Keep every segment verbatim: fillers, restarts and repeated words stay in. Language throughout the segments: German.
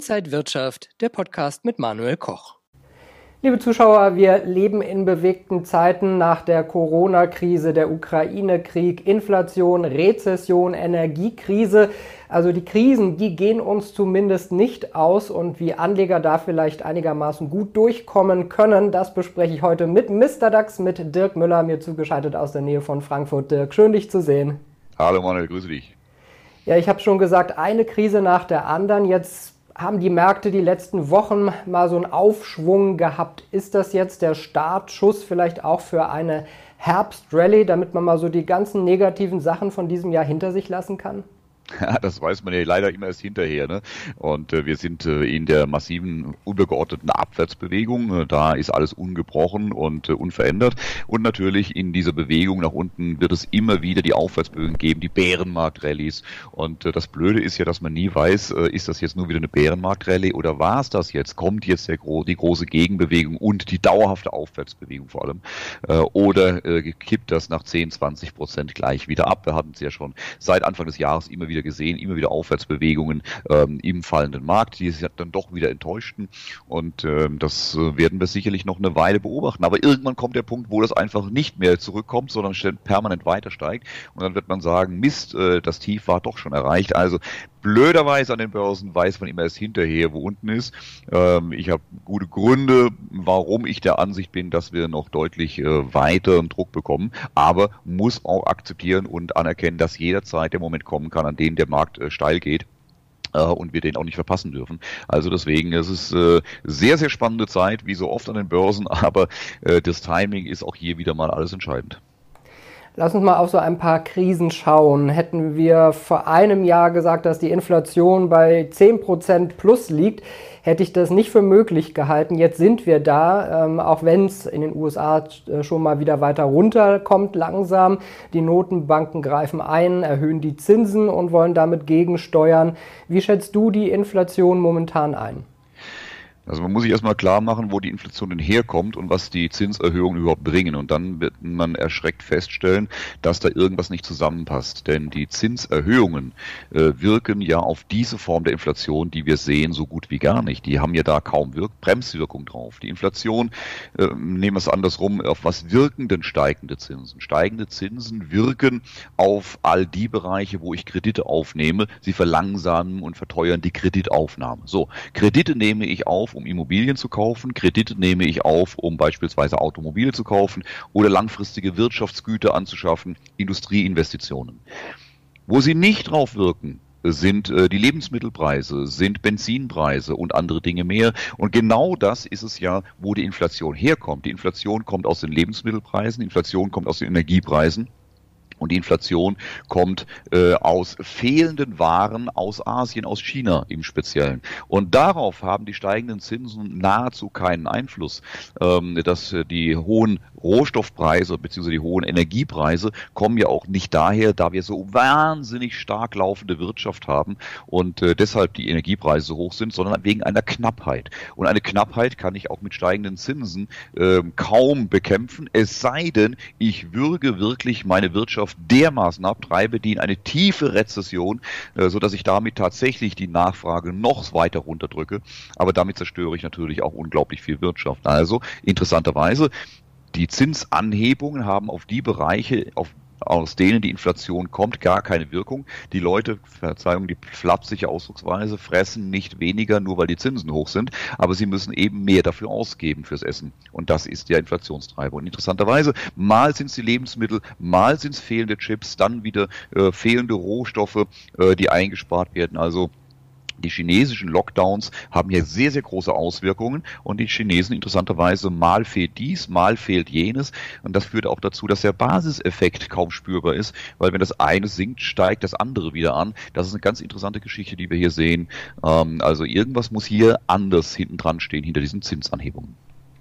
Inside Wirtschaft, der Podcast mit Manuel Koch. Liebe Zuschauer, wir leben in bewegten Zeiten nach der Corona-Krise, der Ukraine-Krieg, Inflation, Rezession, Energiekrise. Also die Krisen, die gehen uns zumindest nicht aus und wie Anleger da vielleicht einigermaßen gut durchkommen können, das bespreche ich heute mit Mister DAX, mit Dirk Müller, mir zugeschaltet aus der Nähe von Frankfurt. Dirk, schön dich zu sehen. Hallo Manuel, grüße dich. Ja, ich habe schon gesagt, eine Krise nach der anderen. Jetzt haben die Märkte die letzten Wochen mal so einen Aufschwung gehabt. Ist das jetzt der Startschuss vielleicht auch für eine Herbstrallye, damit man mal so die ganzen negativen Sachen von diesem Jahr hinter sich lassen kann? Ja, das weiß man ja leider immer erst hinterher, ne? Und äh, wir sind äh, in der massiven, übergeordneten Abwärtsbewegung. Äh, da ist alles ungebrochen und äh, unverändert. Und natürlich in dieser Bewegung nach unten wird es immer wieder die Aufwärtsbewegung geben, die Bärenmarkt-Rallies. Und äh, das Blöde ist ja, dass man nie weiß, äh, ist das jetzt nur wieder eine Bärenmarkt-Rallye oder war es das jetzt? Kommt jetzt der gro- die große Gegenbewegung und die dauerhafte Aufwärtsbewegung vor allem? Äh, oder äh, kippt das nach zehn, zwanzig Prozent gleich wieder ab? Wir hatten es ja schon seit Anfang des Jahres immer wieder gesehen, immer wieder Aufwärtsbewegungen ähm, im fallenden Markt, die sich dann doch wieder enttäuschten und ähm, das äh, werden wir sicherlich noch eine Weile beobachten, aber irgendwann kommt der Punkt, wo das einfach nicht mehr zurückkommt, sondern permanent weiter steigt und dann wird man sagen, Mist, äh, das Tief war doch schon erreicht, also blöderweise an den Börsen weiß man immer erst hinterher, wo unten ist. Ähm, ich habe gute Gründe, warum ich der Ansicht bin, dass wir noch deutlich äh, weiteren Druck bekommen, aber muss auch akzeptieren und anerkennen, dass jederzeit der Moment kommen kann, an dem der Markt äh, steil geht. Und wir den auch nicht verpassen dürfen. Also deswegen, es ist äh, sehr, sehr spannende Zeit, wie so oft an den Börsen, aber äh, das Timing ist auch hier wieder mal alles entscheidend. Lass uns mal auf so ein paar Krisen schauen. Hätten wir vor einem Jahr gesagt, dass die Inflation bei zehn Prozent plus liegt, hätte ich das nicht für möglich gehalten. Jetzt sind wir da, ähm, auch wenn es in den U S A schon mal wieder weiter runterkommt langsam. Die Notenbanken greifen ein, erhöhen die Zinsen und wollen damit gegensteuern. Wie schätzt du die Inflation momentan ein? Also man muss sich erstmal klar machen, wo die Inflation denn herkommt und was die Zinserhöhungen überhaupt bringen. Und dann wird man erschreckt feststellen, dass da irgendwas nicht zusammenpasst. Denn die Zinserhöhungen äh, wirken ja auf diese Form der Inflation, die wir sehen, so gut wie gar nicht. Die haben ja da kaum Wirk- Bremswirkung drauf. Die Inflation, äh, nehmen wir es andersrum, auf was wirken denn steigende Zinsen? Steigende Zinsen wirken auf all die Bereiche, wo ich Kredite aufnehme. Sie verlangsamen und verteuern die Kreditaufnahme. So, Kredite nehme ich auf, um Immobilien zu kaufen, Kredite nehme ich auf, um beispielsweise Automobile zu kaufen oder langfristige Wirtschaftsgüter anzuschaffen, Industrieinvestitionen. Wo sie nicht drauf wirken, sind äh, die Lebensmittelpreise, sind Benzinpreise und andere Dinge mehr. Und genau das ist es ja, wo die Inflation herkommt. Die Inflation kommt aus den Lebensmittelpreisen, die Inflation kommt aus den Energiepreisen. Und die Inflation kommt äh, aus fehlenden Waren aus Asien, aus China im Speziellen. Und darauf haben die steigenden Zinsen nahezu keinen Einfluss. Ähm, dass äh, die hohen Rohstoffpreise bzw. die hohen Energiepreise kommen ja auch nicht daher, da wir so wahnsinnig stark laufende Wirtschaft haben und äh, deshalb die Energiepreise so hoch sind, sondern wegen einer Knappheit. Und eine Knappheit kann ich auch mit steigenden Zinsen äh, kaum bekämpfen, es sei denn, ich würge wirklich meine Wirtschaft dermaßen ab, treibe die in eine tiefe Rezession, äh, sodass ich damit tatsächlich die Nachfrage noch weiter runterdrücke. Aber damit zerstöre ich natürlich auch unglaublich viel Wirtschaft. Also interessanterweise, die Zinsanhebungen haben auf die Bereiche, auf aus denen die Inflation kommt, gar keine Wirkung. Die Leute, Verzeihung, die flapsige Ausdrucksweise, fressen nicht weniger, nur weil die Zinsen hoch sind, aber sie müssen eben mehr dafür ausgeben fürs Essen. Und das ist der Inflationstreiber. Und interessanterweise, mal sind es die Lebensmittel, mal sind es fehlende Chips, dann wieder äh, fehlende Rohstoffe, äh, die eingespart werden. Also die chinesischen Lockdowns haben hier sehr, sehr große Auswirkungen und die Chinesen interessanterweise mal fehlt dies, mal fehlt jenes und das führt auch dazu, dass der Basiseffekt kaum spürbar ist, weil wenn das eine sinkt, steigt das andere wieder an. Das ist eine ganz interessante Geschichte, die wir hier sehen. Also irgendwas muss hier anders hinten dran stehen, hinter diesen Zinsanhebungen.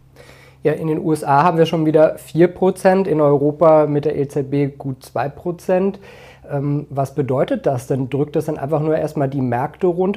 Ja, in den U S A haben wir schon wieder vier Prozent, in Europa mit der E Z B gut zwei Prozent. Ähm, was bedeutet das denn? Drückt das dann einfach nur erstmal die Märkte runter? Weil die haben ja lieber äh, am besten Nullzinspolitik.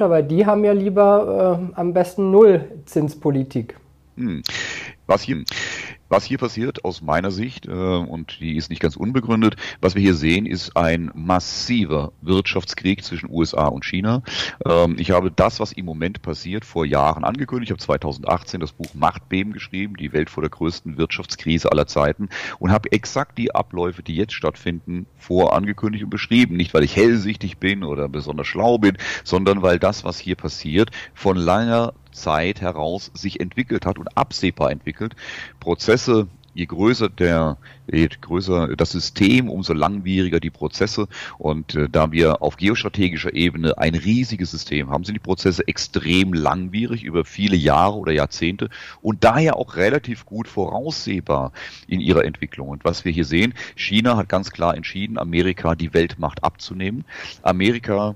Hm. Was hier, Was hier passiert aus meiner Sicht, äh, und die ist nicht ganz unbegründet, was wir hier sehen, ist ein massiver Wirtschaftskrieg zwischen U S A und China. Ähm, ich habe das, was im Moment passiert, vor Jahren angekündigt. Ich habe zweitausendachtzehn das Buch Machtbeben geschrieben, die Welt vor der größten Wirtschaftskrise aller Zeiten, und habe exakt die Abläufe, die jetzt stattfinden, vorangekündigt und beschrieben. Nicht, weil ich hellsichtig bin oder besonders schlau bin, sondern weil das, was hier passiert, von langer Zeit heraus sich entwickelt hat und absehbar entwickelt. Prozesse, je größer der, je größer das System, umso langwieriger die Prozesse. Und äh, da wir auf geostrategischer Ebene ein riesiges System haben, sind die Prozesse extrem langwierig über viele Jahre oder Jahrzehnte und daher auch relativ gut voraussehbar in ihrer Entwicklung. Und was wir hier sehen, China hat ganz klar entschieden, Amerika die Weltmacht abzunehmen. Amerika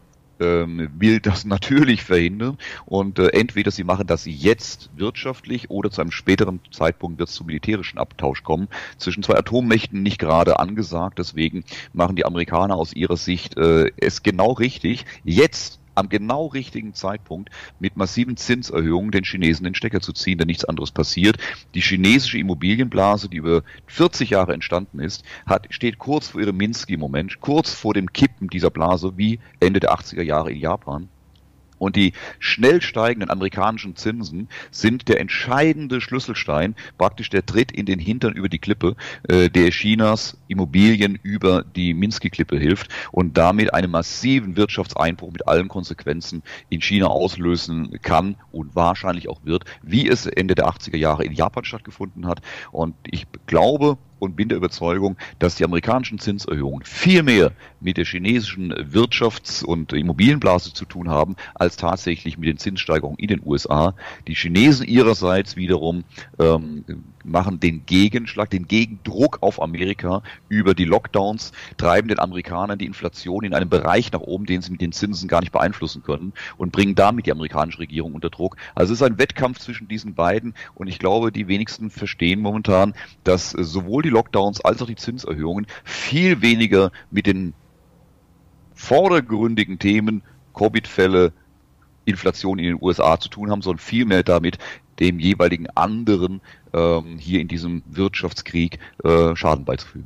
will das natürlich verhindern und äh, entweder sie machen das jetzt wirtschaftlich oder zu einem späteren Zeitpunkt wird es zum militärischen Abtausch kommen. Zwischen zwei Atommächten nicht gerade angesagt, deswegen machen die Amerikaner aus ihrer Sicht äh, es genau richtig, jetzt am genau richtigen Zeitpunkt mit massiven Zinserhöhungen den Chinesen den Stecker zu ziehen, denn nichts anderes passiert. Die chinesische Immobilienblase, die über vierzig Jahre entstanden ist, hat, steht kurz vor ihrem Minsky-Moment, kurz vor dem Kippen dieser Blase wie Ende der achtziger Jahre in Japan. Und die schnell steigenden amerikanischen Zinsen sind der entscheidende Schlüsselstein, praktisch der Tritt in den Hintern über die Klippe, äh, der Chinas Immobilien über die Minsky-Klippe hilft und damit einen massiven Wirtschaftseinbruch mit allen Konsequenzen in China auslösen kann und wahrscheinlich auch wird, wie es Ende der achtziger Jahre in Japan stattgefunden hat. Und ich glaube und bin der Überzeugung, dass die amerikanischen Zinserhöhungen viel mehr mit der chinesischen Wirtschafts- und Immobilienblase zu tun haben, als tatsächlich mit den Zinssteigerungen in den U S A. Die Chinesen ihrerseits wiederum ähm, machen den Gegenschlag, den Gegendruck auf Amerika über die Lockdowns, treiben den Amerikanern die Inflation in einem Bereich nach oben, den sie mit den Zinsen gar nicht beeinflussen können und bringen damit die amerikanische Regierung unter Druck. Also es ist ein Wettkampf zwischen diesen beiden und ich glaube, die wenigsten verstehen momentan, dass sowohl die Lockdowns als auch die Zinserhöhungen viel weniger mit den vordergründigen Themen Covid-Fälle, Inflation in den U S A zu tun haben, sondern vielmehr damit, dem jeweiligen anderen ähm, hier in diesem Wirtschaftskrieg äh, Schaden beizufügen.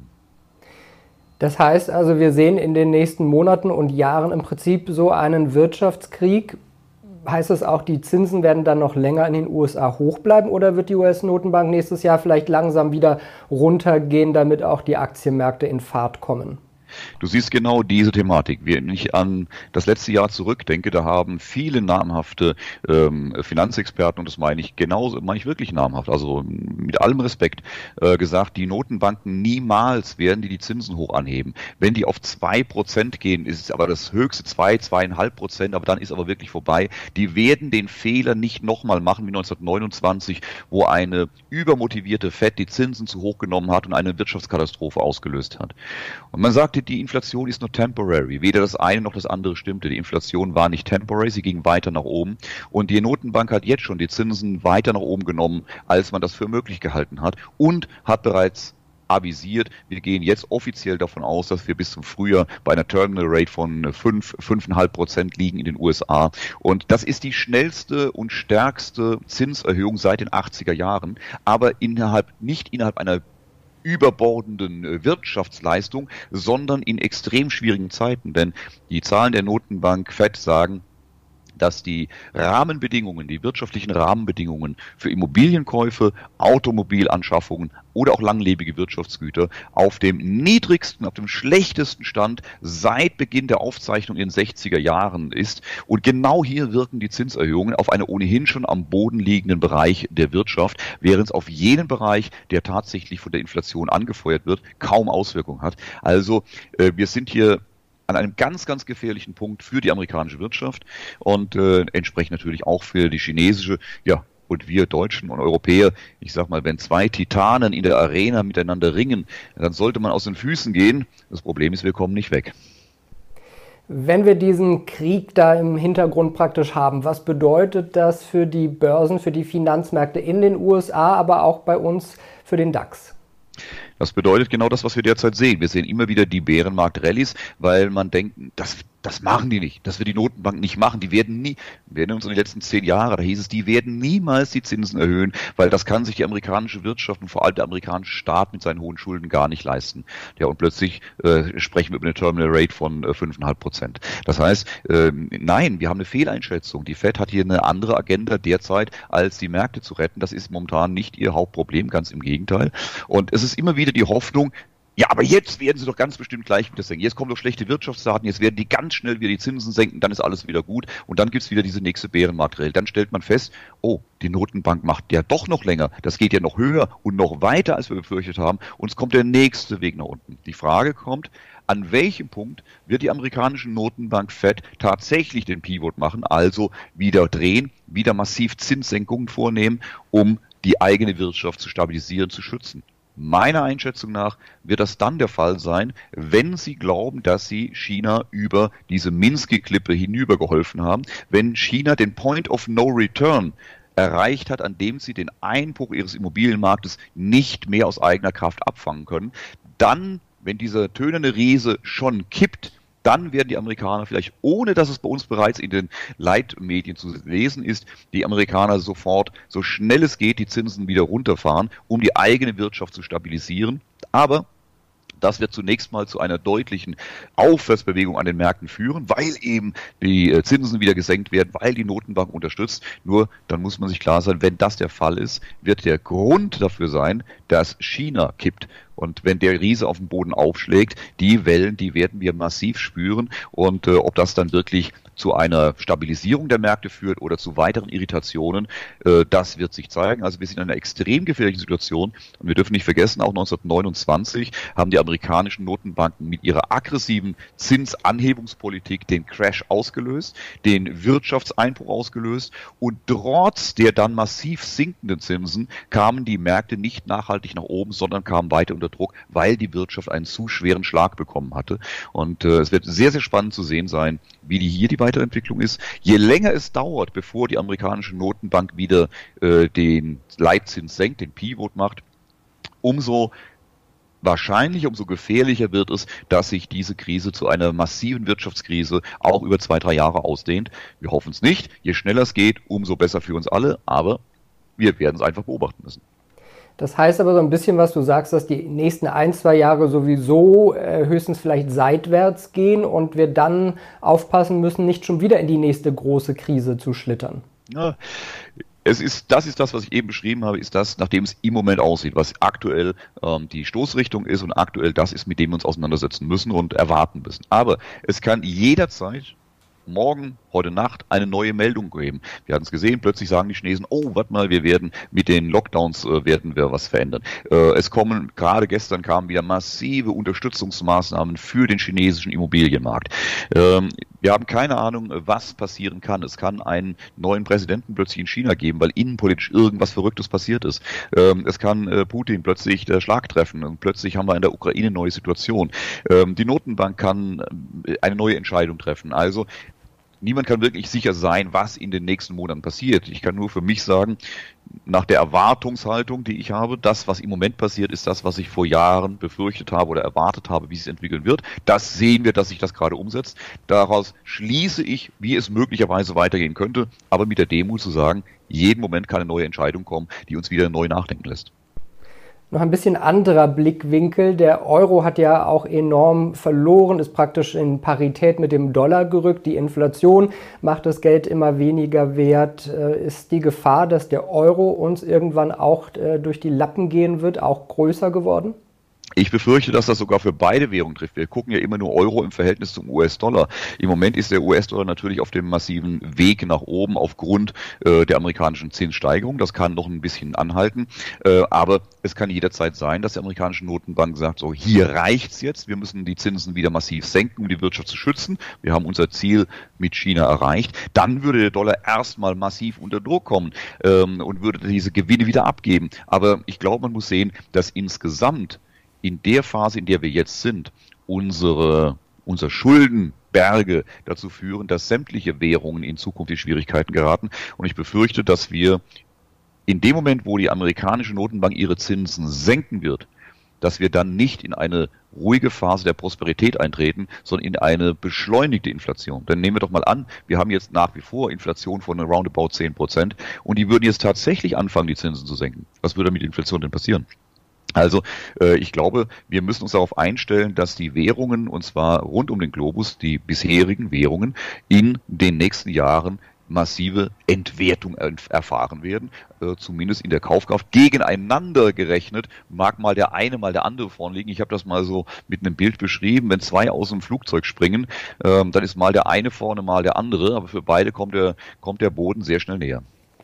Das heißt also, wir sehen in den nächsten Monaten und Jahren im Prinzip so einen Wirtschaftskrieg. Heißt das auch, die Zinsen werden dann noch länger in den U S A hoch bleiben oder wird die U S-Notenbank nächstes Jahr vielleicht langsam wieder runtergehen, damit auch die Aktienmärkte in Fahrt kommen? Du siehst genau diese Thematik. Wenn ich an das letzte Jahr zurückdenke, da haben viele namhafte ähm, Finanzexperten, und das meine ich genauso, meine ich wirklich namhaft, also mit allem Respekt, äh, gesagt, die Notenbanken niemals werden die die Zinsen hoch anheben. Wenn die auf zwei Prozent gehen, ist es aber das höchste zwei, zweieinhalb Prozent, aber dann ist aber wirklich vorbei. Die werden den Fehler nicht nochmal machen wie neunzehnhundertneunundzwanzig, wo eine übermotivierte Fed die Zinsen zu hoch genommen hat und eine Wirtschaftskatastrophe ausgelöst hat. Und man sagte, die Inflation ist nur temporary. Weder das eine noch das andere stimmte. Die Inflation war nicht temporary, sie ging weiter nach oben. Und die Notenbank hat jetzt schon die Zinsen weiter nach oben genommen, als man das für möglich gehalten hat. Und hat bereits avisiert, wir gehen jetzt offiziell davon aus, dass wir bis zum Frühjahr bei einer Terminal Rate von fünf, fünf Komma fünf Prozent liegen in den U S A. Und das ist die schnellste und stärkste Zinserhöhung seit den achtziger Jahren, aber innerhalb, nicht innerhalb einer überbordenden Wirtschaftsleistung, sondern in extrem schwierigen Zeiten. Denn die Zahlen der Notenbank Fed sagen, dass die Rahmenbedingungen, die wirtschaftlichen Rahmenbedingungen für Immobilienkäufe, Automobilanschaffungen oder auch langlebige Wirtschaftsgüter auf dem niedrigsten, auf dem schlechtesten Stand seit Beginn der Aufzeichnung in den sechziger Jahren ist. Und genau hier wirken die Zinserhöhungen auf einen ohnehin schon am Boden liegenden Bereich der Wirtschaft, während es auf jenen Bereich, der tatsächlich von der Inflation angefeuert wird, kaum Auswirkungen hat. Also äh, wir sind hier an einem ganz, ganz gefährlichen Punkt für die amerikanische Wirtschaft und äh, entsprechend natürlich auch für die chinesische, ja, und wir Deutschen und Europäer. Ich sag mal, wenn zwei Titanen in der Arena miteinander ringen, dann sollte man aus den Füßen gehen. Das Problem ist, wir kommen nicht weg. Wenn wir diesen Krieg da im Hintergrund praktisch haben, was bedeutet das für die Börsen, für die Finanzmärkte in den U S A, aber auch bei uns für den DAX? Das bedeutet genau das, was wir derzeit sehen. Wir sehen immer wieder die Bärenmarkt-Rallies, weil man denkt, das Das machen die nicht. Das wird die Notenbank nicht machen. Die werden nie, wir erinnern uns an die letzten zehn Jahre, da hieß es, die werden niemals die Zinsen erhöhen, weil das kann sich die amerikanische Wirtschaft und vor allem der amerikanische Staat mit seinen hohen Schulden gar nicht leisten. Ja, und plötzlich äh, sprechen wir über eine Terminal Rate von äh, fünf Komma fünf Prozent. Das heißt, äh, nein, wir haben eine Fehleinschätzung. Die Fed hat hier eine andere Agenda derzeit, als die Märkte zu retten. Das ist momentan nicht ihr Hauptproblem, ganz im Gegenteil. Und es ist immer wieder die Hoffnung, ja, aber jetzt werden sie doch ganz bestimmt gleich wieder senken. Jetzt kommen doch schlechte Wirtschaftsdaten, jetzt werden die ganz schnell wieder die Zinsen senken, dann ist alles wieder gut und dann gibt's wieder diese nächste Bärenmarktrallye. Dann stellt man fest, oh, die Notenbank macht ja doch noch länger, das geht ja noch höher und noch weiter, als wir befürchtet haben und es kommt der nächste Weg nach unten. Die Frage kommt, an welchem Punkt wird die amerikanische Notenbank Fed tatsächlich den Pivot machen, also wieder drehen, wieder massiv Zinssenkungen vornehmen, um die eigene Wirtschaft zu stabilisieren, zu schützen? Meiner Einschätzung nach wird das dann der Fall sein, wenn Sie glauben, dass Sie China über diese Minsky-Klippe hinübergeholfen haben, wenn China den Point of No Return erreicht hat, an dem sie den Einbruch ihres Immobilienmarktes nicht mehr aus eigener Kraft abfangen können, dann, wenn dieser tönende Riese schon kippt, dann werden die Amerikaner vielleicht, ohne dass es bei uns bereits in den Leitmedien zu lesen ist, die Amerikaner sofort, so schnell es geht, die Zinsen wieder runterfahren, um die eigene Wirtschaft zu stabilisieren. Aber das wird zunächst mal zu einer deutlichen Aufwärtsbewegung an den Märkten führen, weil eben die Zinsen wieder gesenkt werden, weil die Notenbank unterstützt. Nur dann muss man sich klar sein, wenn das der Fall ist, wird der Grund dafür sein, dass China kippt. Und wenn der Riese auf dem Boden aufschlägt, die Wellen, die werden wir massiv spüren. Und äh, ob das dann wirklich zu einer Stabilisierung der Märkte führt oder zu weiteren Irritationen, äh, das wird sich zeigen. Also wir sind in einer extrem gefährlichen Situation. Und wir dürfen nicht vergessen, auch neunzehnhundertneunundzwanzig haben die amerikanischen Notenbanken mit ihrer aggressiven Zinsanhebungspolitik den Crash ausgelöst, den Wirtschaftseinbruch ausgelöst. Und trotz der dann massiv sinkenden Zinsen kamen die Märkte nicht nachhaltig nach oben, sondern kamen weiter unter Druck, weil die Wirtschaft einen zu schweren Schlag bekommen hatte. Und äh, es wird sehr, sehr spannend zu sehen sein, wie die hier die Weiterentwicklung ist. Je länger es dauert, bevor die amerikanische Notenbank wieder äh, den Leitzins senkt, den Pivot macht, umso wahrscheinlicher, umso gefährlicher wird es, dass sich diese Krise zu einer massiven Wirtschaftskrise auch über zwei, drei Jahre ausdehnt. Wir hoffen es nicht. Je schneller es geht, umso besser für uns alle. Aber wir werden es einfach beobachten müssen. Das heißt aber so ein bisschen, was du sagst, dass die nächsten ein, zwei Jahre sowieso äh, höchstens vielleicht seitwärts gehen und wir dann aufpassen müssen, nicht schon wieder in die nächste große Krise zu schlittern. Ja, es ist, das ist das, was ich eben beschrieben habe, ist das, nachdem es im Moment aussieht, was aktuell ähm, die Stoßrichtung ist und aktuell das ist, mit dem wir uns auseinandersetzen müssen und erwarten müssen. Aber es kann jederzeit morgen, heute Nacht eine neue Meldung geben. Wir hatten es gesehen, plötzlich sagen die Chinesen, oh, warte mal, wir werden mit den Lockdowns äh, werden wir was verändern. Äh, es kommen, gerade gestern kamen wieder massive Unterstützungsmaßnahmen für den chinesischen Immobilienmarkt. Ähm, wir haben keine Ahnung, was passieren kann. Es kann einen neuen Präsidenten plötzlich in China geben, weil innenpolitisch irgendwas Verrücktes passiert ist. Ähm, es kann äh, Putin plötzlich der Schlag treffen und plötzlich haben wir in der Ukraine eine neue Situation. Ähm, die Notenbank kann äh, eine neue Entscheidung treffen. Also niemand kann wirklich sicher sein, was in den nächsten Monaten passiert. Ich kann nur für mich sagen, nach der Erwartungshaltung, die ich habe, das, was im Moment passiert, ist das, was ich vor Jahren befürchtet habe oder erwartet habe, wie es entwickeln wird. Das sehen wir, dass sich das gerade umsetzt. Daraus schließe ich, wie es möglicherweise weitergehen könnte, aber mit der Demut zu sagen, jeden Moment kann eine neue Entscheidung kommen, die uns wieder neu nachdenken lässt. Noch ein bisschen anderer Blickwinkel. Der Euro hat ja auch enorm verloren, ist praktisch in Parität mit dem Dollar gerückt. Die Inflation macht das Geld immer weniger wert. Ist die Gefahr, dass der Euro uns irgendwann auch durch die Lappen gehen wird, auch größer geworden? Ich befürchte, dass das sogar für beide Währungen trifft. Wir gucken ja immer nur Euro im Verhältnis zum U S-Dollar. Im Moment ist der U S-Dollar natürlich auf dem massiven Weg nach oben aufgrund äh, der amerikanischen Zinssteigerung. Das kann noch ein bisschen anhalten. Äh, aber es kann jederzeit sein, dass die amerikanische Notenbank sagt, so hier reicht's jetzt. Wir müssen die Zinsen wieder massiv senken, um die Wirtschaft zu schützen. Wir haben unser Ziel mit China erreicht. Dann würde der Dollar erstmal massiv unter Druck kommen ähm, und würde diese Gewinne wieder abgeben. Aber ich glaube, man muss sehen, dass insgesamt in der Phase, in der wir jetzt sind, unsere, unsere Schuldenberge dazu führen, dass sämtliche Währungen in Zukunft in Schwierigkeiten geraten. Und ich befürchte, dass wir in dem Moment, wo die amerikanische Notenbank ihre Zinsen senken wird, dass wir dann nicht in eine ruhige Phase der Prosperität eintreten, sondern in eine beschleunigte Inflation. Dann nehmen wir doch mal an, wir haben jetzt nach wie vor Inflation von roundabout zehn Prozent und die würden jetzt tatsächlich anfangen, die Zinsen zu senken. Was würde mit der Inflation denn passieren? Also äh, ich glaube, wir müssen uns darauf einstellen, dass die Währungen, und zwar rund um den Globus, die bisherigen Währungen, in den nächsten Jahren massive Entwertung erfahren werden, äh, zumindest in der Kaufkraft. Gegeneinander gerechnet mag mal der eine, mal der andere vorne liegen. Ich habe das mal so mit einem Bild beschrieben. Wenn zwei aus dem Flugzeug springen, äh, dann ist mal der eine vorne, mal der andere, aber für beide kommt der, kommt der Boden sehr schnell näher.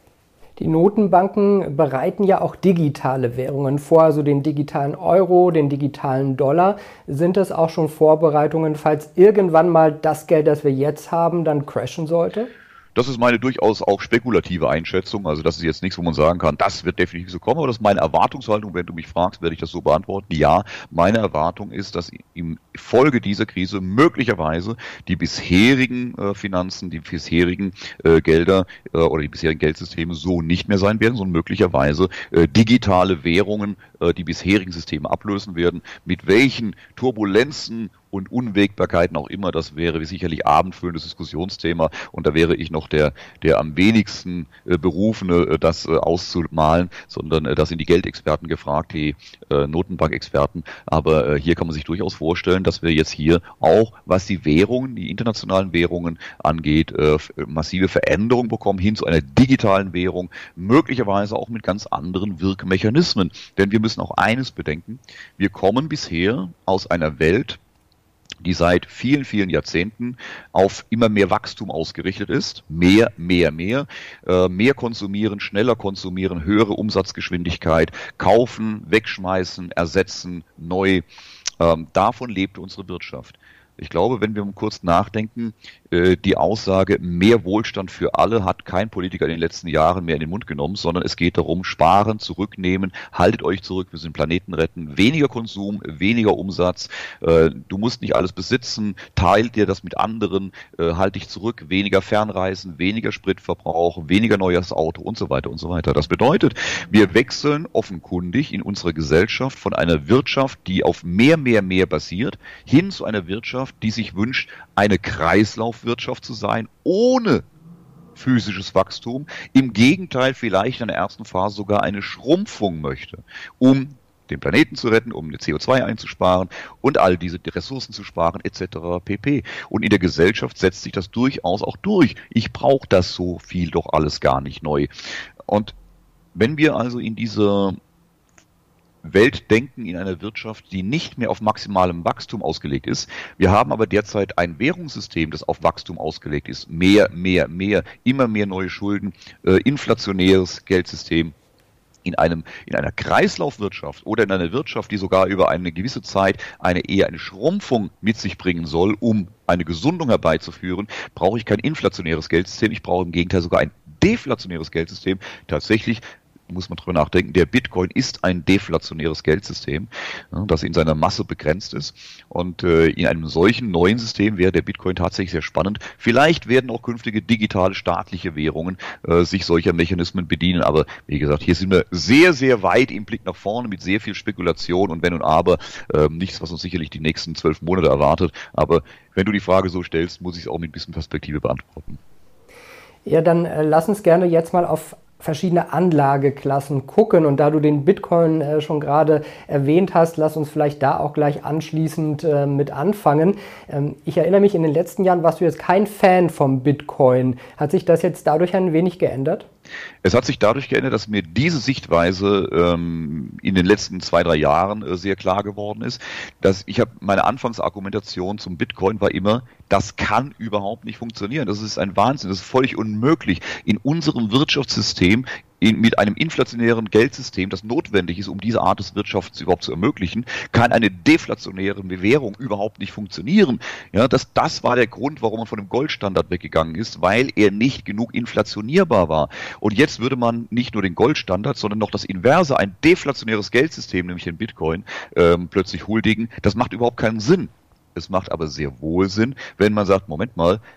Die Notenbanken bereiten ja auch digitale Währungen vor, also den digitalen Euro, den digitalen Dollar. Sind das auch schon Vorbereitungen, falls irgendwann mal das Geld, das wir jetzt haben, dann crashen sollte? Das ist meine durchaus auch spekulative Einschätzung. Also das ist jetzt nichts, wo man sagen kann, das wird definitiv so kommen. Aber das ist meine Erwartungshaltung. Wenn du mich fragst, werde ich das so beantworten. Ja, meine Erwartung ist, dass im Folge dieser Krise möglicherweise die bisherigen äh, Finanzen, die bisherigen äh, Gelder äh, oder die bisherigen Geldsysteme so nicht mehr sein werden, sondern möglicherweise äh, digitale Währungen äh, die bisherigen Systeme ablösen werden. Mit welchen Turbulenzen und Unwägbarkeiten auch immer, das wäre sicherlich abendfüllendes Diskussionsthema und da wäre ich noch der, der am wenigsten äh, Berufene, äh, das äh, auszumalen, sondern äh, das sind die Geldexperten gefragt, die äh, Notenbankexperten, aber äh, hier kann man sich durchaus vorstellen, dass wir jetzt hier auch, was die Währungen, die internationalen Währungen angeht, äh, massive Veränderungen bekommen hin zu einer digitalen Währung, möglicherweise auch mit ganz anderen Wirkmechanismen, denn wir müssen auch eines bedenken, wir kommen bisher aus einer Welt, die seit vielen, vielen Jahrzehnten auf immer mehr Wachstum ausgerichtet ist. Mehr, mehr, mehr. Äh, mehr konsumieren, schneller konsumieren, höhere Umsatzgeschwindigkeit, kaufen, wegschmeißen, ersetzen, neu. Ähm, davon lebt unsere Wirtschaft. Ich glaube, wenn wir kurz nachdenken, äh, die Aussage, mehr Wohlstand für alle hat kein Politiker in den letzten Jahren mehr in den Mund genommen, sondern es geht darum, sparen, zurücknehmen, haltet euch zurück, wir müssen den Planeten retten, weniger Konsum, weniger Umsatz, äh, du musst nicht alles besitzen, teilt dir das mit anderen, äh, halt dich zurück, weniger Fernreisen, weniger Spritverbrauch, weniger neues Auto und so weiter und so weiter. Das bedeutet, wir wechseln offenkundig in unserer Gesellschaft von einer Wirtschaft, die auf mehr, mehr, mehr basiert, hin zu einer Wirtschaft, die sich wünscht, eine Kreislaufwirtschaft zu sein, ohne physisches Wachstum, im Gegenteil vielleicht in der ersten Phase sogar eine Schrumpfung möchte, um den Planeten zu retten, um C O zwei einzusparen und all diese Ressourcen zu sparen et cetera pp. Und in der Gesellschaft setzt sich das durchaus auch durch. Ich brauche das so viel doch alles gar nicht neu. Und wenn wir also in dieser Welt denken, in einer Wirtschaft, die nicht mehr auf maximalem Wachstum ausgelegt ist. Wir haben aber derzeit ein Währungssystem, das auf Wachstum ausgelegt ist. Mehr, mehr, mehr, immer mehr neue Schulden, äh, inflationäres Geldsystem. In einem, in einer Kreislaufwirtschaft oder in einer Wirtschaft, die sogar über eine gewisse Zeit eine eher eine Schrumpfung mit sich bringen soll, um eine Gesundung herbeizuführen, brauche ich kein inflationäres Geldsystem. Ich brauche im Gegenteil sogar ein deflationäres Geldsystem. Tatsächlich muss man drüber nachdenken, der Bitcoin ist ein deflationäres Geldsystem, das in seiner Masse begrenzt ist. Und äh, in einem solchen neuen System wäre der Bitcoin tatsächlich sehr spannend. Vielleicht werden auch künftige digitale staatliche Währungen äh, sich solcher Mechanismen bedienen. Aber wie gesagt, hier sind wir sehr, sehr weit im Blick nach vorne mit sehr viel Spekulation und Wenn und Aber. Äh, nichts, was uns sicherlich die nächsten zwölf Monate erwartet. Aber wenn du die Frage so stellst, muss ich es auch mit ein bisschen Perspektive beantworten. Ja, dann äh, lass uns gerne jetzt mal auf verschiedene Anlageklassen gucken. Und da du den Bitcoin äh, schon gerade erwähnt hast, lass uns vielleicht da auch gleich anschließend äh, mit anfangen. Ähm, ich erinnere mich, in den letzten Jahren warst du jetzt kein Fan vom Bitcoin. Hat sich das jetzt dadurch ein wenig geändert? Es hat sich dadurch geändert, dass mir diese Sichtweise ähm, in den letzten zwei, drei Jahren äh, sehr klar geworden ist. Dass ich habe meine Anfangsargumentation zum Bitcoin war immer, das kann überhaupt nicht funktionieren. Das ist ein Wahnsinn, das ist völlig unmöglich. In unserem Wirtschaftssystem, in, mit einem inflationären Geldsystem, das notwendig ist, um diese Art des Wirtschafts überhaupt zu ermöglichen, kann eine deflationäre Währung überhaupt nicht funktionieren. Ja, das, das war der Grund, warum man von dem Goldstandard weggegangen ist, weil er nicht genug inflationierbar war. Und jetzt würde man nicht nur den Goldstandard, sondern noch das Inverse, ein deflationäres Geldsystem, nämlich den Bitcoin, ähm, plötzlich huldigen. Das macht überhaupt keinen Sinn. Es macht aber sehr wohl Sinn, wenn man sagt, Moment mal,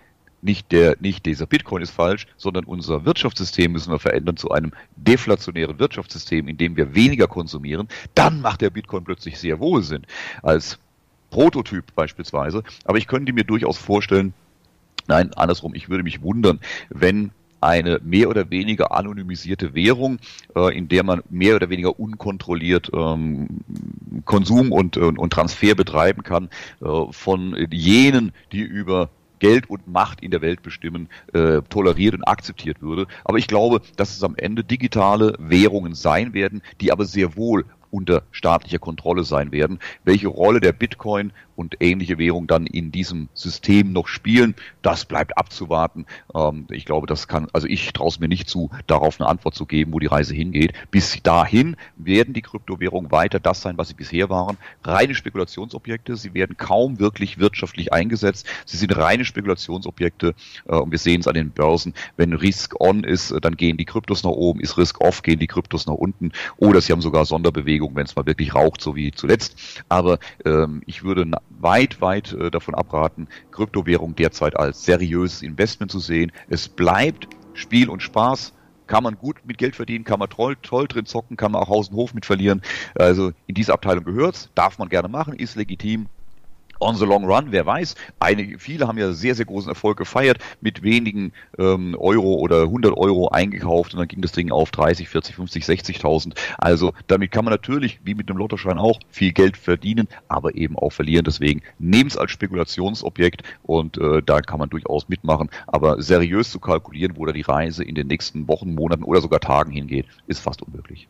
nicht der, nicht dieser Bitcoin ist falsch, sondern unser Wirtschaftssystem müssen wir verändern zu einem deflationären Wirtschaftssystem, in dem wir weniger konsumieren. Dann macht der Bitcoin plötzlich sehr wohl Sinn als Prototyp beispielsweise. Aber ich könnte mir durchaus vorstellen, nein, andersrum, ich würde mich wundern, wenn eine mehr oder weniger anonymisierte Währung, äh, in der man mehr oder weniger unkontrolliert ähm, Konsum und, und, und Transfer betreiben kann, äh, von jenen, die über Geld und Macht in der Welt bestimmen, äh, toleriert und akzeptiert würde. Aber ich glaube, dass es am Ende digitale Währungen sein werden, die aber sehr wohl unter staatlicher Kontrolle sein werden. Welche Rolle der Bitcoin und ähnliche Währungen dann in diesem System noch spielen, das bleibt abzuwarten. Ähm, ich glaube, das kann, also ich traue es mir nicht zu, darauf eine Antwort zu geben, wo die Reise hingeht. Bis dahin werden die Kryptowährungen weiter das sein, was sie bisher waren. Reine Spekulationsobjekte. Sie werden kaum wirklich wirtschaftlich eingesetzt. Sie sind reine Spekulationsobjekte äh, und wir sehen es an den Börsen. Wenn Risk on ist, dann gehen die Kryptos nach oben. Ist Risk off, gehen die Kryptos nach unten. Oder sie haben sogar Sonderbewegungen, wenn es mal wirklich raucht, so wie zuletzt. Aber ähm, ich würde na- weit, weit äh, davon abraten, Kryptowährung derzeit als seriöses Investment zu sehen. Es bleibt Spiel und Spaß. Kann man gut mit Geld verdienen, kann man toll, toll drin zocken, kann man auch Haus und Hof mit verlieren. Also in diese Abteilung gehört's, darf man gerne machen, ist legitim. On the long run, wer weiß, einige, viele haben ja sehr, sehr großen Erfolg gefeiert, mit wenigen ähm, Euro oder hundert Euro eingekauft und dann ging das Ding auf dreißig, vierzig, fünfzig, sechzigtausend. Also damit kann man natürlich, wie mit einem Lottoschein auch, viel Geld verdienen, aber eben auch verlieren. Deswegen nehmt es als Spekulationsobjekt und äh, da kann man durchaus mitmachen. Aber seriös zu kalkulieren, wo da die Reise in den nächsten Wochen, Monaten oder sogar Tagen hingeht, ist fast unmöglich.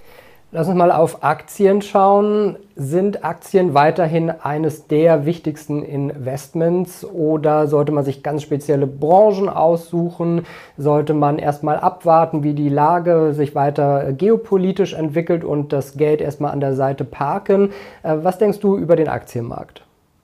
Lass uns mal auf Aktien schauen. Sind Aktien weiterhin eines der wichtigsten Investments oder sollte man sich ganz spezielle Branchen aussuchen? Sollte man erstmal abwarten, wie die Lage sich weiter geopolitisch entwickelt und das Geld erstmal an der Seite parken? Was denkst du über den Aktienmarkt?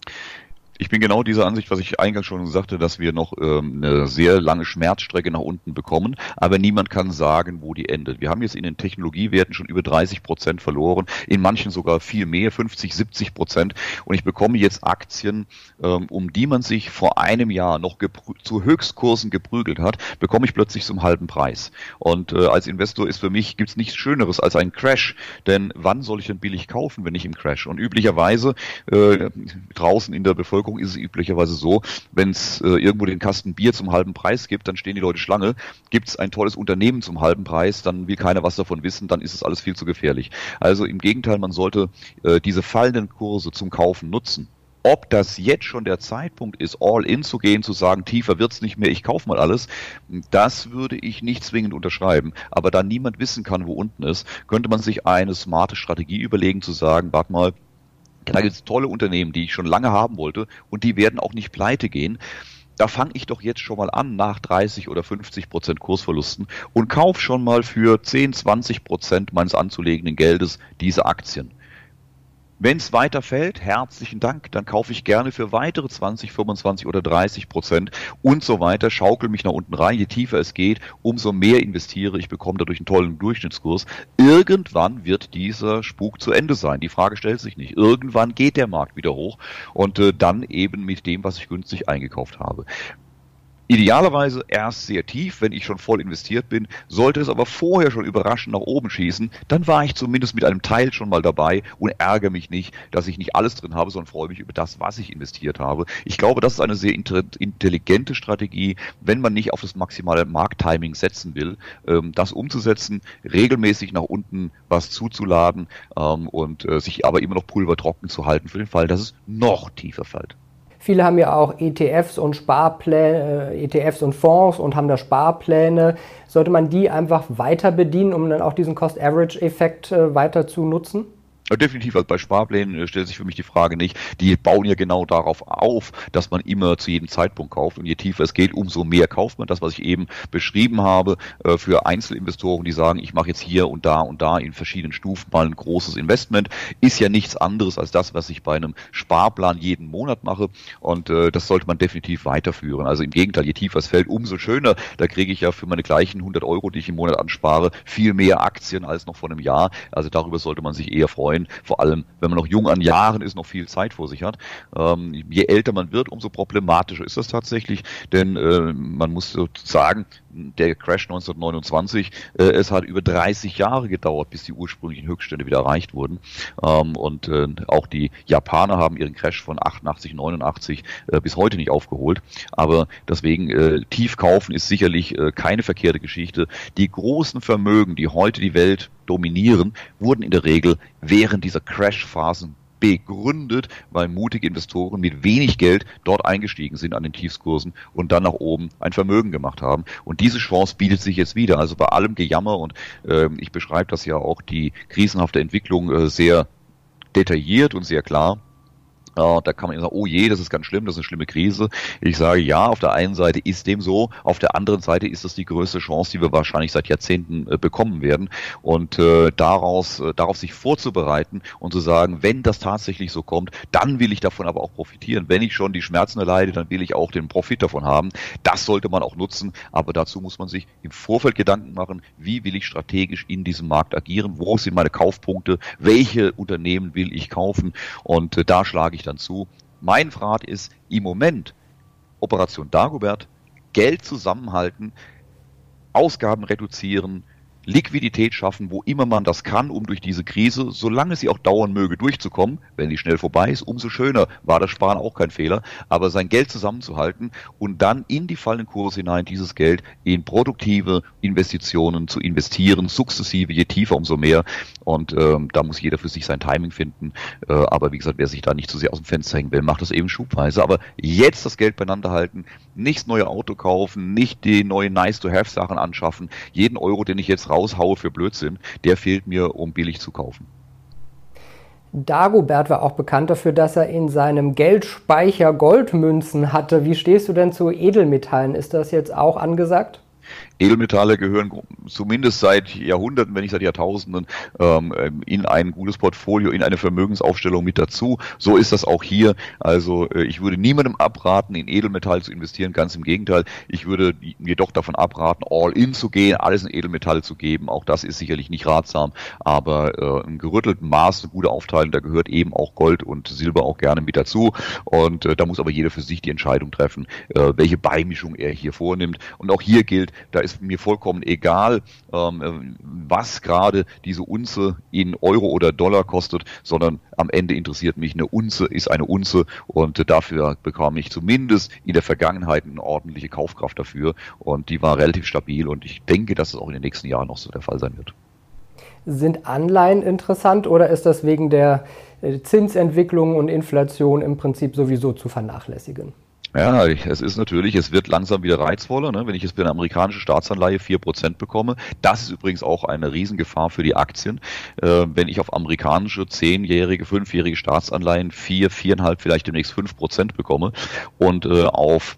Ich bin genau dieser Ansicht, was ich eingangs schon sagte, dass wir noch ähm, eine sehr lange Schmerzstrecke nach unten bekommen, aber niemand kann sagen, wo die endet. Wir haben jetzt in den Technologiewerten schon über dreißig Prozent verloren, in manchen sogar viel mehr, fünfzig, siebzig Prozent und ich bekomme jetzt Aktien, ähm, um die man sich vor einem Jahr noch geprü- zu Höchstkursen geprügelt hat, bekomme ich plötzlich zum halben Preis. Und äh, als Investor ist für mich, gibt's nichts Schöneres als ein Crash, denn wann soll ich denn billig kaufen, wenn nicht im Crash? Und üblicherweise äh, draußen in der Bevölkerung ist es üblicherweise so, wenn es äh, irgendwo den Kasten Bier zum halben Preis gibt, dann stehen die Leute Schlange. Gibt es ein tolles Unternehmen zum halben Preis, dann will keiner was davon wissen, dann ist es alles viel zu gefährlich. Also im Gegenteil, man sollte äh, diese fallenden Kurse zum Kaufen nutzen. Ob das jetzt schon der Zeitpunkt ist, all in zu gehen, zu sagen, tiefer wird's nicht mehr, ich kaufe mal alles, das würde ich nicht zwingend unterschreiben. Aber da niemand wissen kann, wo unten ist, könnte man sich eine smarte Strategie überlegen, zu sagen, warte mal, da gibt es tolle Unternehmen, die ich schon lange haben wollte und die werden auch nicht pleite gehen. Da fange ich doch jetzt schon mal an nach dreißig oder fünfzig Prozent Kursverlusten und kaufe schon mal für zehn, zwanzig Prozent meines anzulegenden Geldes diese Aktien. Wenn es weiter fällt, herzlichen Dank, dann kaufe ich gerne für weitere zwanzig, fünfundzwanzig oder dreißig Prozent und so weiter, schaukel mich nach unten rein, je tiefer es geht, umso mehr investiere ich, bekomme dadurch einen tollen Durchschnittskurs. Irgendwann wird dieser Spuk zu Ende sein, die Frage stellt sich nicht. Irgendwann geht der Markt wieder hoch und äh, dann eben mit dem, was ich günstig eingekauft habe. Idealerweise erst sehr tief, wenn ich schon voll investiert bin. Sollte es aber vorher schon überraschend nach oben schießen, dann war ich zumindest mit einem Teil schon mal dabei und ärgere mich nicht, dass ich nicht alles drin habe, sondern freue mich über das, was ich investiert habe. Ich glaube, das ist eine sehr intelligente Strategie, wenn man nicht auf das maximale Markttiming setzen will, das umzusetzen, regelmäßig nach unten was zuzuladen und sich aber immer noch pulvertrocken zu halten für den Fall, dass es noch tiefer fällt. Viele haben ja auch E T Fs und Sparpläne, E T Fs und Fonds und haben da Sparpläne. Sollte man die einfach weiter bedienen, um dann auch diesen Cost-Average-Effekt weiter zu nutzen? Ja, definitiv, also bei Sparplänen stellt sich für mich die Frage nicht, die bauen ja genau darauf auf, dass man immer zu jedem Zeitpunkt kauft und je tiefer es geht, umso mehr kauft man. Das, was ich eben beschrieben habe, für Einzelinvestoren, die sagen, ich mache jetzt hier und da und da in verschiedenen Stufen mal ein großes Investment, ist ja nichts anderes als das, was ich bei einem Sparplan jeden Monat mache und das sollte man definitiv weiterführen. Also im Gegenteil, je tiefer es fällt, umso schöner. Da kriege ich ja für meine gleichen hundert Euro, die ich im Monat anspare, viel mehr Aktien als noch vor einem Jahr. Also darüber sollte man sich eher freuen. freuen, vor allem wenn man noch jung an Jahren ist, noch viel Zeit vor sich hat. Ähm, je älter man wird, umso problematischer ist das tatsächlich, denn äh, man muss so sagen, der Crash neunzehnhundertneunundzwanzig, äh, es hat über dreißig Jahre gedauert, bis die ursprünglichen Höchststände wieder erreicht wurden. Ähm, und äh, auch die Japaner haben ihren Crash von achtundachtzig, neunundachtzig äh, bis heute nicht aufgeholt. Aber deswegen äh, tief kaufen ist sicherlich äh, keine verkehrte Geschichte. Die großen Vermögen, die heute die Welt dominieren, wurden in der Regel während dieser Crash-Phasen begründet, weil mutige Investoren mit wenig Geld dort eingestiegen sind an den Tiefskursen und dann nach oben ein Vermögen gemacht haben. Und diese Chance bietet sich jetzt wieder. Also bei allem Gejammer, und äh, ich beschreibe das ja auch, die krisenhafte Entwicklung äh, sehr detailliert und sehr klar. Uh, da kann man sagen, oh je, das ist ganz schlimm, das ist eine schlimme Krise. Ich sage, ja, auf der einen Seite ist dem so, auf der anderen Seite ist das die größte Chance, die wir wahrscheinlich seit Jahrzehnten äh, bekommen werden. Und äh, daraus, äh, darauf sich vorzubereiten und zu sagen, wenn das tatsächlich so kommt, dann will ich davon aber auch profitieren. Wenn ich schon die Schmerzen erleide, dann will ich auch den Profit davon haben. Das sollte man auch nutzen, aber dazu muss man sich im Vorfeld Gedanken machen, wie will ich strategisch in diesem Markt agieren, wo sind meine Kaufpunkte, welche Unternehmen will ich kaufen, und äh, da schlage ich dann zu. Mein Rat ist im Moment Operation Dagobert, Geld zusammenhalten, Ausgaben reduzieren, Liquidität schaffen, wo immer man das kann, um durch diese Krise, solange sie auch dauern möge, durchzukommen. Wenn die schnell vorbei ist, umso schöner. War das Sparen auch kein Fehler. Aber sein Geld zusammenzuhalten und dann in die fallenden Kurse hinein dieses Geld in produktive Investitionen zu investieren, sukzessive, je tiefer, umso mehr. Und ähm, da muss jeder für sich sein Timing finden. Äh, aber wie gesagt, wer sich da nicht zu sehr aus dem Fenster hängen will, macht das eben schubweise. Aber jetzt das Geld beieinander halten, nicht das neue Auto kaufen, nicht die neuen Nice-to-have-Sachen anschaffen. Jeden Euro, den ich jetzt raushaue für Blödsinn, der fehlt mir, um billig zu kaufen. Dagobert war auch bekannt dafür, dass er in seinem Geldspeicher Goldmünzen hatte. Wie stehst du denn zu Edelmetallen? Ist das jetzt auch angesagt? Edelmetalle gehören zumindest seit Jahrhunderten, wenn nicht seit Jahrtausenden, ähm, in ein gutes Portfolio, in eine Vermögensaufstellung mit dazu. So ist das auch hier. Also äh, ich würde niemandem abraten, in Edelmetall zu investieren, ganz im Gegenteil. Ich würde jedoch davon abraten, all in zu gehen, alles in Edelmetalle zu geben. Auch das ist sicherlich nicht ratsam, aber äh, im gerüttelten Maß, eine gute Aufteilung, da gehört eben auch Gold und Silber auch gerne mit dazu. Und äh, da muss aber jeder für sich die Entscheidung treffen, äh, welche Beimischung er hier vornimmt. Und auch hier gilt, da ist mir vollkommen egal, ähm, was gerade diese Unze in Euro oder Dollar kostet, sondern am Ende interessiert mich, eine Unze ist eine Unze, und dafür bekam ich zumindest in der Vergangenheit eine ordentliche Kaufkraft dafür, und die war relativ stabil, und ich denke, dass es auch in den nächsten Jahren noch so der Fall sein wird. Sind Anleihen interessant, oder ist das wegen der Zinsentwicklung und Inflation im Prinzip sowieso zu vernachlässigen? Ja, es ist natürlich, es wird langsam wieder reizvoller, ne? Wenn ich jetzt für eine amerikanische Staatsanleihe vier Prozent bekomme. Das ist übrigens auch eine Riesengefahr für die Aktien. Äh, wenn ich auf amerikanische zehnjährige, fünfjährige Staatsanleihen vier, viereinhalb, vielleicht demnächst fünf Prozent bekomme und äh, auf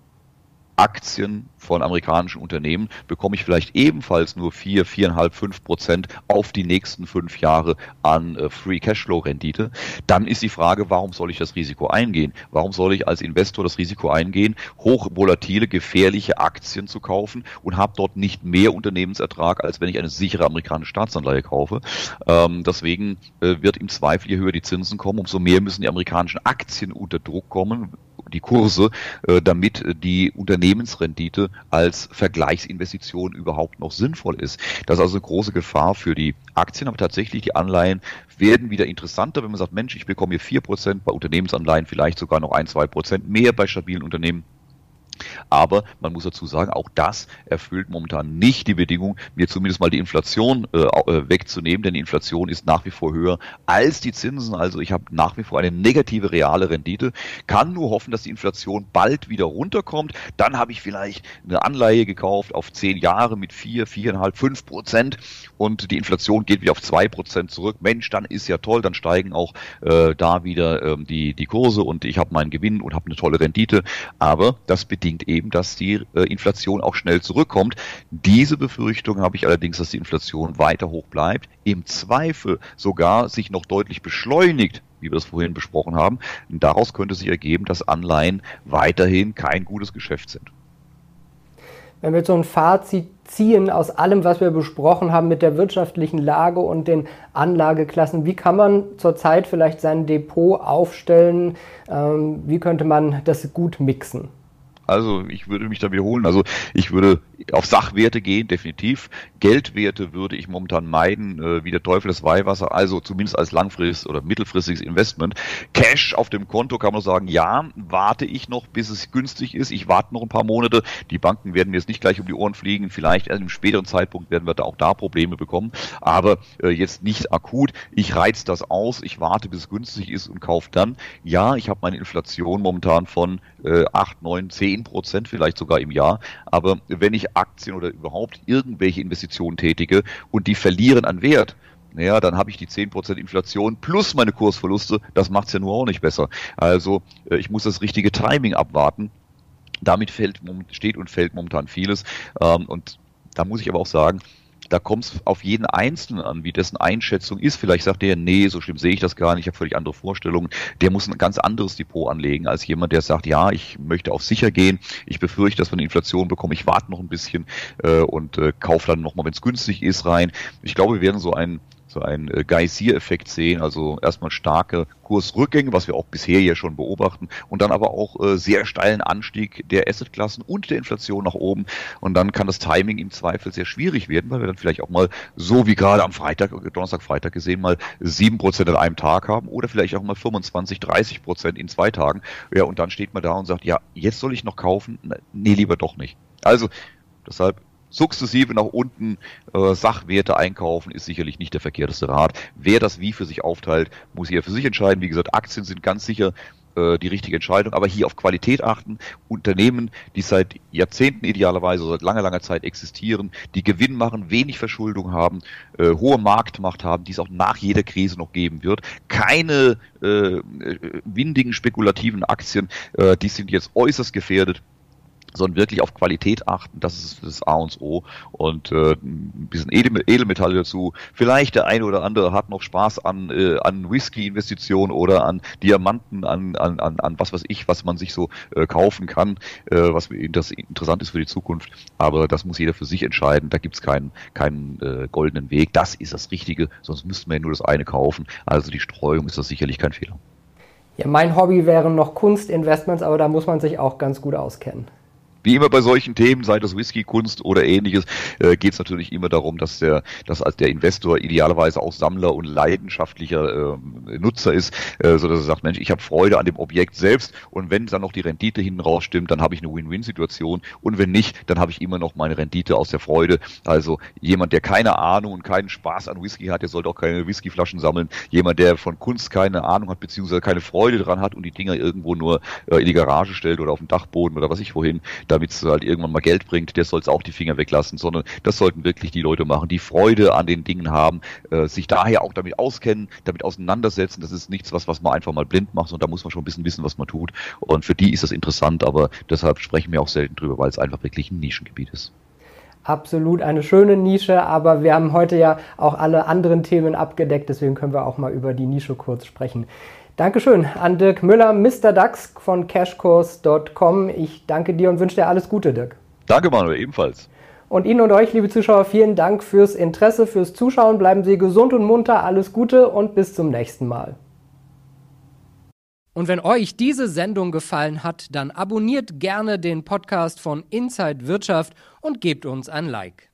Aktien von amerikanischen Unternehmen bekomme ich vielleicht ebenfalls nur vier, viereinhalb, fünf Prozent auf die nächsten fünf Jahre an äh, Free Cashflow Rendite. Dann ist die Frage, warum soll ich das Risiko eingehen? Warum soll ich als Investor das Risiko eingehen, hochvolatile, gefährliche Aktien zu kaufen und habe dort nicht mehr Unternehmensertrag, als wenn ich eine sichere amerikanische Staatsanleihe kaufe? Ähm, deswegen äh, wird im Zweifel, je höher die Zinsen kommen, umso mehr müssen die amerikanischen Aktien unter Druck kommen, die Kurse, äh, damit die Unternehmensrendite als Vergleichsinvestition überhaupt noch sinnvoll ist. Das ist also eine große Gefahr für die Aktien, aber tatsächlich die Anleihen werden wieder interessanter, wenn man sagt, Mensch, ich bekomme hier vier Prozent bei Unternehmensanleihen, vielleicht sogar noch ein, zwei Prozent mehr bei stabilen Unternehmen. Aber man muss dazu sagen, auch das erfüllt momentan nicht die Bedingung, mir zumindest mal die Inflation äh, wegzunehmen, denn die Inflation ist nach wie vor höher als die Zinsen. Also ich habe nach wie vor eine negative reale Rendite, kann nur hoffen, dass die Inflation bald wieder runterkommt. Dann habe ich vielleicht eine Anleihe gekauft auf zehn Jahre mit vier, viereinhalb, fünf Prozent und die Inflation geht wieder auf zwei Prozent zurück. Mensch, dann ist ja toll, dann steigen auch äh, da wieder ähm, die, die Kurse und ich habe meinen Gewinn und habe eine tolle Rendite. Aber das bedingt eben, dass die äh, Inflation auch schnell zurückkommt. Diese Befürchtung habe ich allerdings, dass die Inflation weiter hoch bleibt, im Zweifel sogar sich noch deutlich beschleunigt, wie wir es vorhin besprochen haben. Und daraus könnte sich ergeben, dass Anleihen weiterhin kein gutes Geschäft sind. Wenn wir jetzt so ein Fazit ziehen aus allem, was wir besprochen haben mit der wirtschaftlichen Lage und den Anlageklassen, wie kann man zurzeit vielleicht sein Depot aufstellen? Ähm, wie könnte man das gut mixen? Also ich würde mich da wiederholen. Also ich würde auf Sachwerte gehen, definitiv. Geldwerte würde ich momentan meiden, äh, wie der Teufel das Weihwasser, also zumindest als langfristiges oder mittelfristiges Investment. Cash auf dem Konto kann man sagen, ja, warte ich noch, bis es günstig ist. Ich warte noch ein paar Monate. Die Banken werden mir jetzt nicht gleich um die Ohren fliegen. Vielleicht an einem späteren Zeitpunkt werden wir da auch da Probleme bekommen. Aber äh, jetzt nicht akut. Ich reiz das aus. Ich warte, bis es günstig ist und kaufe dann. Ja, ich habe meine Inflation momentan von äh, acht, neun, zehn Prozent vielleicht sogar im Jahr. Aber wenn ich Aktien oder überhaupt irgendwelche Investitionen tätige und die verlieren an Wert, naja, dann habe ich die zehn Prozent Inflation plus meine Kursverluste. Das macht es ja nur auch nicht besser. Also äh, ich muss das richtige Timing abwarten. Damit fällt, steht und fällt momentan vieles. Ähm, und da muss ich aber auch sagen, da kommt es auf jeden Einzelnen an, wie dessen Einschätzung ist. Vielleicht sagt der, nee, so schlimm sehe ich das gar nicht, ich habe völlig andere Vorstellungen. Der muss ein ganz anderes Depot anlegen als jemand, der sagt, ja, ich möchte auf sicher gehen, ich befürchte, dass wir eine Inflation bekommen, ich warte noch ein bisschen äh, und äh, kaufe dann nochmal, wenn es günstig ist, rein. Ich glaube, wir werden so ein so einen äh, Geysir-Effekt sehen, also erstmal starke Kursrückgänge, was wir auch bisher ja schon beobachten, und dann aber auch äh, sehr steilen Anstieg der Assetklassen und der Inflation nach oben, und dann kann das Timing im Zweifel sehr schwierig werden, weil wir dann vielleicht auch mal, so wie gerade am Freitag, Donnerstag, Freitag gesehen, mal sieben Prozent an einem Tag haben oder vielleicht auch mal fünfundzwanzig, dreißig Prozent in zwei Tagen, ja, und dann steht man da und sagt, ja, jetzt soll ich noch kaufen? Nee, lieber doch nicht. Also, deshalb sukzessive nach unten äh, Sachwerte einkaufen ist sicherlich nicht der verkehrteste Rat. Wer das wie für sich aufteilt, muss hier für sich entscheiden. Wie gesagt, Aktien sind ganz sicher äh, die richtige Entscheidung, aber hier auf Qualität achten. Unternehmen, die seit Jahrzehnten idealerweise, seit langer, langer Zeit existieren, die Gewinn machen, wenig Verschuldung haben, äh, hohe Marktmacht haben, die es auch nach jeder Krise noch geben wird. Keine äh, windigen, spekulativen Aktien, äh, die sind jetzt äußerst gefährdet, sondern wirklich auf Qualität achten, das ist das A und O, und äh, ein bisschen Edelmetalle dazu. Vielleicht der eine oder andere hat noch Spaß an äh, an Whisky-Investitionen oder an Diamanten, an, an an an was weiß ich, was man sich so äh, kaufen kann, äh, was das interessant ist für die Zukunft. Aber das muss jeder für sich entscheiden. Da gibt's keinen keinen äh, goldenen Weg. Das ist das Richtige, sonst müssten wir ja nur das eine kaufen. Also die Streuung ist das sicherlich kein Fehler. Ja, mein Hobby wären noch Kunstinvestments, aber da muss man sich auch ganz gut auskennen. Wie immer bei solchen Themen, sei das Whisky, Kunst oder ähnliches, äh, geht es natürlich immer darum, dass der, dass als der Investor idealerweise auch Sammler und leidenschaftlicher äh, Nutzer ist, äh, so dass er sagt, Mensch, ich habe Freude an dem Objekt selbst, und wenn dann noch die Rendite hinten raus stimmt, dann habe ich eine Win-Win-Situation, und wenn nicht, dann habe ich immer noch meine Rendite aus der Freude. Also jemand, der keine Ahnung und keinen Spaß an Whisky hat, der sollte auch keine Whiskyflaschen sammeln. Jemand, der von Kunst keine Ahnung hat, beziehungsweise keine Freude dran hat und die Dinger irgendwo nur äh, in die Garage stellt oder auf dem Dachboden oder was ich wohin, damit es halt irgendwann mal Geld bringt, der soll es auch die Finger weglassen, sondern das sollten wirklich die Leute machen, die Freude an den Dingen haben, äh, sich daher auch damit auskennen, damit auseinandersetzen. Das ist nichts, was, was man einfach mal blind macht, sondern da muss man schon ein bisschen wissen, was man tut, und für die ist das interessant, aber deshalb sprechen wir auch selten drüber, weil es einfach wirklich ein Nischengebiet ist. Absolut eine schöne Nische, aber wir haben heute ja auch alle anderen Themen abgedeckt, deswegen können wir auch mal über die Nische kurz sprechen. Dankeschön an Dirk Müller, Mister DAX von cashcourse Punkt com. Ich danke dir und wünsche dir alles Gute, Dirk. Danke, Manuel, ebenfalls. Und Ihnen und euch, liebe Zuschauer, vielen Dank fürs Interesse, fürs Zuschauen. Bleiben Sie gesund und munter, alles Gute und bis zum nächsten Mal. Und wenn euch diese Sendung gefallen hat, dann abonniert gerne den Podcast von Inside Wirtschaft und gebt uns ein Like.